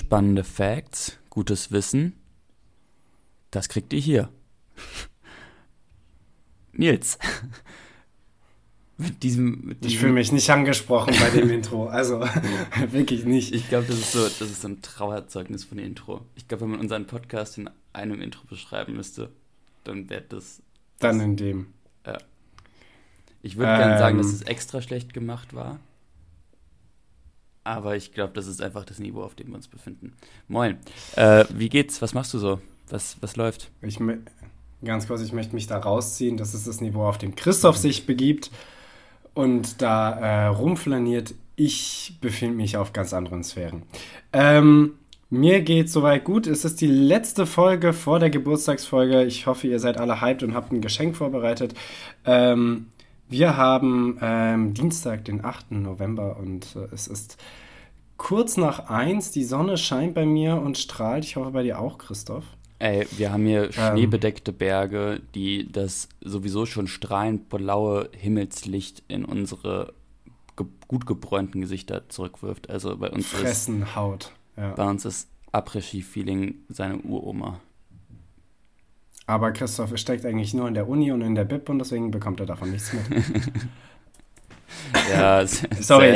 spannende Facts, gutes Wissen, das kriegt ihr hier. Nils. Ich fühle mich nicht angesprochen bei dem Intro, also wirklich nicht. Ich glaube, das ist so ein Trauerzeugnis von Intro. Ich glaube, wenn man unseren Podcast in einem Intro beschreiben müsste, dann wäre das... Dann in dem. Ja. Ich würde gerne sagen, dass es extra schlecht gemacht war. Aber ich glaube, das ist einfach das Niveau, auf dem wir uns befinden. Moin. Wie geht's? Was machst du so? Was läuft? Ganz kurz, ich möchte mich da rausziehen. Das ist das Niveau, auf dem Christoph sich begibt und da rumflaniert. Ich befinde mich auf ganz anderen Sphären. Mir geht's soweit gut. Es ist die letzte Folge vor der Geburtstagsfolge. Ich hoffe, ihr seid alle hyped und habt ein Geschenk vorbereitet. Wir haben Dienstag, den 8. November und es ist kurz nach 1. Die Sonne scheint bei mir und strahlt. Ich hoffe, bei dir auch, Christoph. Ey, wir haben hier schneebedeckte Berge, die das sowieso schon strahlend blaue Himmelslicht in unsere gut gebräunten Gesichter zurückwirft. Also bei uns Haut. Ja. Bei uns ist Après-Ski-Feeling seine Uroma. Aber Christoph steckt eigentlich nur in der Uni und in der Bib und deswegen bekommt er davon nichts mit. Ja, sorry,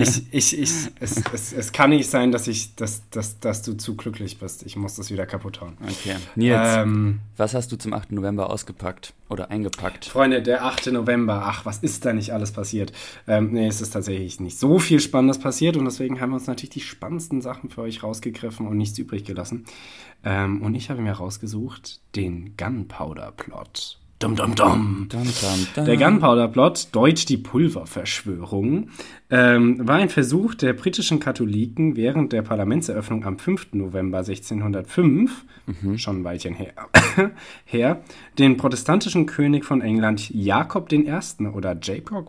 es kann nicht sein, dass du zu glücklich bist. Ich muss das wieder kaputt hauen. Okay. Nils, was hast du zum 8. November ausgepackt oder eingepackt? Freunde, der 8. November, was ist da nicht alles passiert? Es ist tatsächlich nicht so viel Spannendes passiert und deswegen haben wir uns natürlich die spannendsten Sachen für euch rausgegriffen und nichts übrig gelassen. Und ich habe mir rausgesucht den Gunpowder-Plot. Dum, dum, dum. Dum, dum, dum. Der Gunpowder-Plot, deutsch die Pulververschwörung, war ein Versuch der britischen Katholiken während der Parlamentseröffnung am 5. November 1605, schon ein Weilchen her, den protestantischen König von England Jakob I. oder Jacob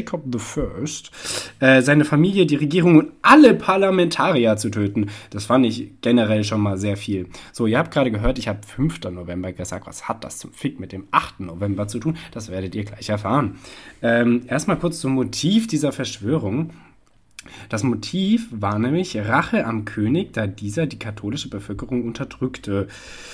I., seine Familie, die Regierung und alle Parlamentarier zu töten. Das fand ich generell schon mal sehr viel. So, ihr habt gerade gehört, ich habe 5. November gesagt. Was hat das zum Fick mit dem 8. November zu tun? Das werdet ihr gleich erfahren. Erstmal kurz zum Motiv dieser Verschwörung. Das Motiv war nämlich Rache am König, da dieser die katholische Bevölkerung unterdrückte.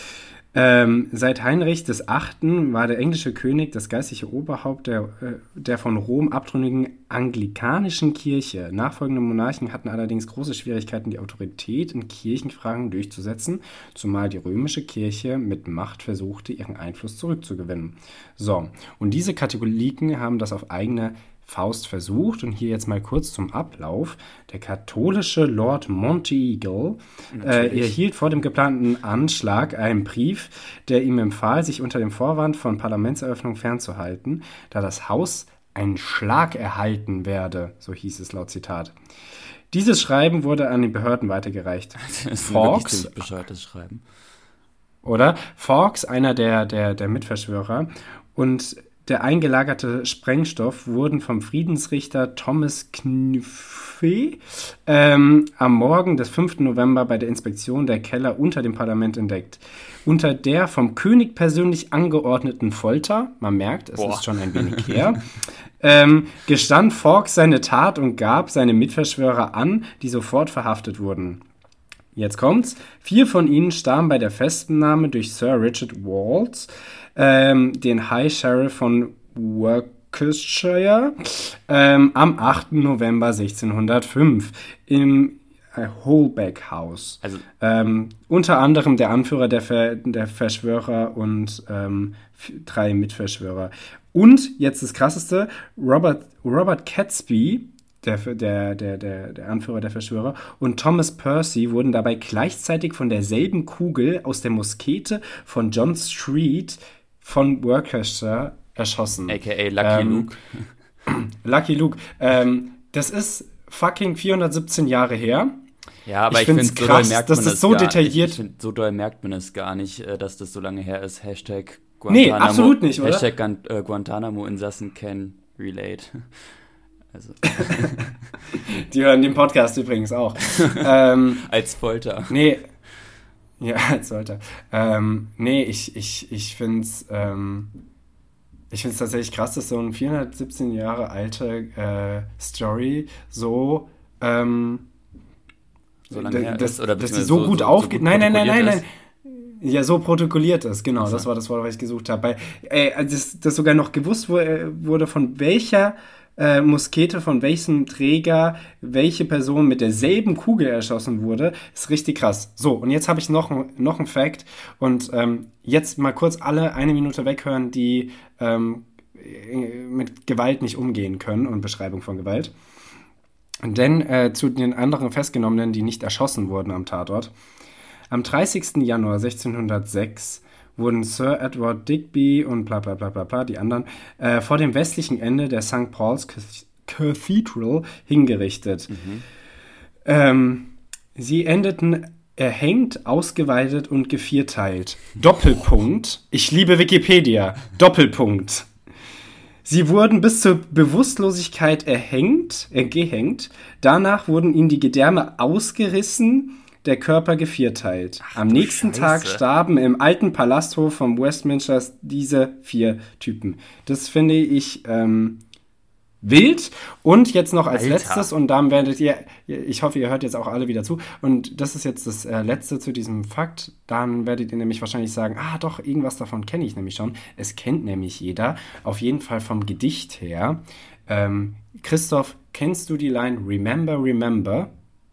Seit Heinrich VIII. War der englische König das geistliche Oberhaupt der von Rom abtrünnigen anglikanischen Kirche. Nachfolgende Monarchen hatten allerdings große Schwierigkeiten, die Autorität in Kirchenfragen durchzusetzen, zumal die römische Kirche mit Macht versuchte, ihren Einfluss zurückzugewinnen. So, und diese Katholiken haben das auf eigene Faust versucht. Und hier jetzt mal kurz zum Ablauf. Der katholische Lord Monteagle erhielt vor dem geplanten Anschlag einen Brief, der ihm empfahl, sich unter dem Vorwand von Parlamentseröffnung fernzuhalten, da das Haus einen Schlag erhalten werde, so hieß es laut Zitat. Dieses Schreiben wurde an die Behörden weitergereicht. Das ist wirklich ziemlich bescheuertes Schreiben. Oder? Fawkes, einer der Mitverschwörer, und der eingelagerte Sprengstoff wurden vom Friedensrichter Thomas Knüffe am Morgen des 5. November bei der Inspektion der Keller unter dem Parlament entdeckt. Unter der vom König persönlich angeordneten Folter, man merkt, es ist schon ein wenig her, gestand Fawkes seine Tat und gab seine Mitverschwörer an, die sofort verhaftet wurden. Jetzt kommt's. 4 von ihnen starben bei der Festnahme durch Sir Richard Walls, den High Sheriff von Worcestershire, am 8. November 1605 im Holbeck House. Also, unter anderem der Anführer der Verschwörer und 3 Mitverschwörer. Und, jetzt das Krasseste, Robert Catesby, der Anführer der Verschwörer, und Thomas Percy wurden dabei gleichzeitig von derselben Kugel aus der Muskete von John Street von Worcester erschossen. A.k.a. Lucky Luke. Lucky Luke. Das ist fucking 417 Jahre her. Ja, aber ich finde es krass, dass das so detailliert... Ich finde, so doll merkt man es gar nicht, dass das so lange her ist. Hashtag Guantanamo. Nee, absolut nicht, oder? Hashtag Guantanamo-Insassen can relate. Also. Die hören den Podcast übrigens auch. Als Folter. Nee. Ja, als Folter. Ich finde es tatsächlich krass, dass so eine 417 Jahre alte Story so so lange her ist. Oder dass die so gut aufgeht. Nein. protokolliert Ja, so protokolliert ist, genau. Ach so. Das war das Wort, was ich gesucht habe. Das sogar noch gewusst wurde, von welcher Muskete, von welchem Träger, welche Person mit derselben Kugel erschossen wurde, ist richtig krass. So, und jetzt habe ich noch einen Fact. Und jetzt mal kurz alle eine Minute weghören, die mit Gewalt nicht umgehen können und Beschreibung von Gewalt. Denn zu den anderen Festgenommenen, die nicht erschossen wurden am Tatort. Am 30. Januar 1606 wurden Sir Edward Digby und bla bla bla bla bla, die anderen, vor dem westlichen Ende der St. Paul's Cathedral hingerichtet. Sie endeten erhängt, ausgeweidet und gevierteilt. Doppelpunkt. Ich liebe Wikipedia. Doppelpunkt. Sie wurden bis zur Bewusstlosigkeit gehängt. Danach wurden ihnen die Gedärme ausgerissen, der Körper gevierteilt. Am nächsten Tag starben im alten Palasthof von Westminster diese 4 Typen. Das finde ich wild. Und jetzt noch als letztes, und dann werdet ihr, ich hoffe, ihr hört jetzt auch alle wieder zu, und das ist jetzt das Letzte zu diesem Fakt, dann werdet ihr nämlich wahrscheinlich sagen, doch, irgendwas davon kenne ich nämlich schon. Es kennt nämlich jeder, auf jeden Fall vom Gedicht her. Christoph, kennst du die Line Remember, Remember?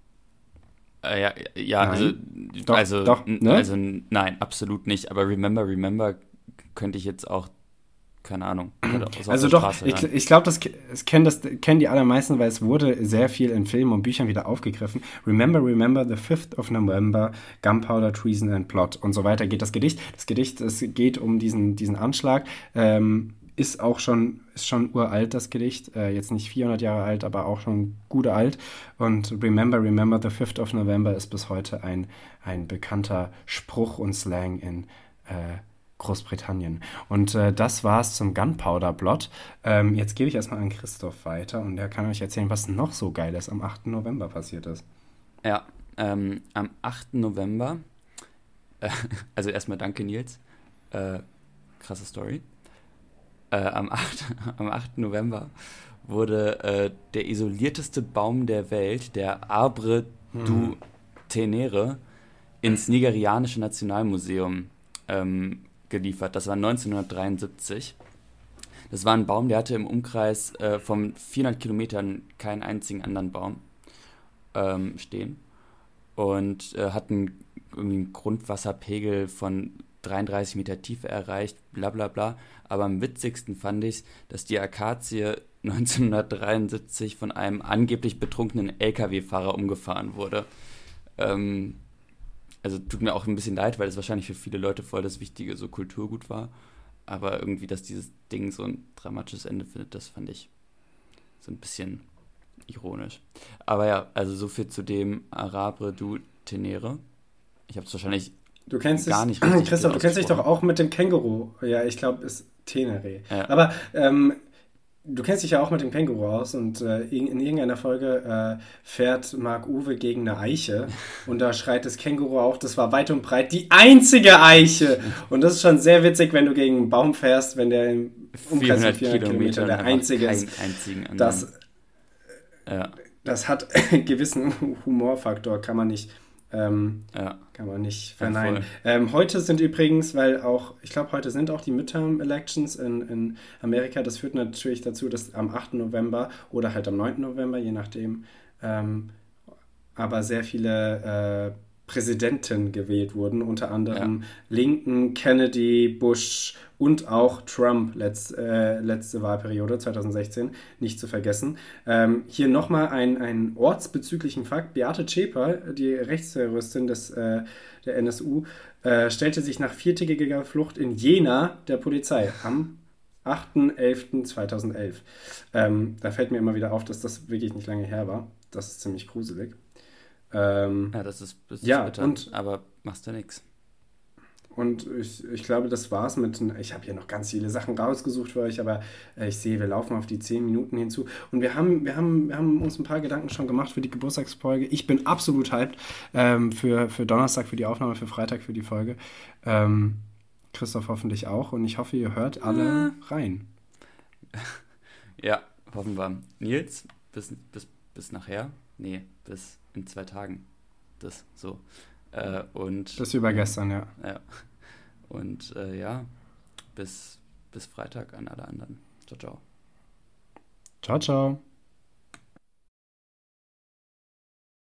Ja, also nein, absolut nicht. Aber Remember könnte ich jetzt auch, keine Ahnung. Also doch, ich glaube, das kennen die allermeisten, weil es wurde sehr viel in Filmen und Büchern wieder aufgegriffen. Remember, the 5th of November, Gunpowder, Treason and Plot und so weiter geht das Gedicht. Das Gedicht, es geht um diesen Anschlag. Ist schon uralt, das Gedicht. Jetzt nicht 400 Jahre alt, aber auch schon gut alt. Und Remember, the 5th of November ist bis heute ein bekannter Spruch und Slang in Großbritannien. Und das war's zum Gunpowder-Plot. Jetzt gebe ich erstmal an Christoph weiter und der kann euch erzählen, was noch so Geiles am 8. November passiert ist. Ja, am 8. November, also erstmal danke Nils, krasse Story. Am 8. November wurde der isolierteste Baum der Welt, der Arbre du Tenere, ins Nigerianische Nationalmuseum geliefert. Das war 1973. Das war ein Baum, der hatte im Umkreis von 400 Kilometern keinen einzigen anderen Baum stehen und hat irgendwie einen Grundwasserpegel von 33 Meter Tiefe erreicht, bla bla bla. Aber am witzigsten fand ich, dass die Akazie 1973 von einem angeblich betrunkenen LKW-Fahrer umgefahren wurde. Also tut mir auch ein bisschen leid, weil es wahrscheinlich für viele Leute voll das wichtige so Kulturgut war. Aber irgendwie, dass dieses Ding so ein dramatisches Ende findet, das fand ich so ein bisschen ironisch. Aber ja, also so viel zu dem Arbre du Tenere. Ich habe es wahrscheinlich gar nicht richtig Christoph, du kennst dich doch auch mit dem Känguru. Ja, ich glaube, es ist Tenere. Ja. Aber du kennst dich ja auch mit dem Känguru aus und in irgendeiner Folge fährt Marc-Uwe gegen eine Eiche und da schreit das Känguru auch, das war weit und breit die einzige Eiche. Und das ist schon sehr witzig, wenn du gegen einen Baum fährst, wenn der im Umkreis von 400 Kilometern der einzige ist. Das hat einen gewissen Humorfaktor, kann man nicht verneinen. Heute sind übrigens, ich glaube, heute sind auch die Midterm-Elections in Amerika. Das führt natürlich dazu, dass am 8. November oder halt am 9. November, je nachdem, aber sehr viele Präsidenten gewählt wurden, unter anderem Lincoln, Kennedy, Bush und auch Trump letzte Wahlperiode 2016, nicht zu vergessen. Hier nochmal einen ortsbezüglichen Fakt. Beate Zschäper, die Rechtsterroristin der NSU, stellte sich nach 4-tägiger Flucht in Jena der Polizei am 8.11.2011. Da fällt mir immer wieder auf, dass das wirklich nicht lange her war. Das ist ziemlich gruselig. Das ist bitter, aber machst du nichts. Und ich glaube, das war's ich habe hier noch ganz viele Sachen rausgesucht für euch, aber ich sehe, wir laufen auf die 10 Minuten hinzu. Und wir haben uns ein paar Gedanken schon gemacht für die Geburtstagsfolge. Ich bin absolut hyped für Donnerstag, für die Aufnahme, für Freitag, für die Folge. Christoph hoffentlich auch. Und ich hoffe, ihr hört alle rein. Ja, hoffen wir. Nils, bis nachher? Nee, bis in 2 Tagen. das so. Und das übergestern, ja. Ja. Und bis Freitag an alle anderen. Ciao, ciao. Ciao, ciao.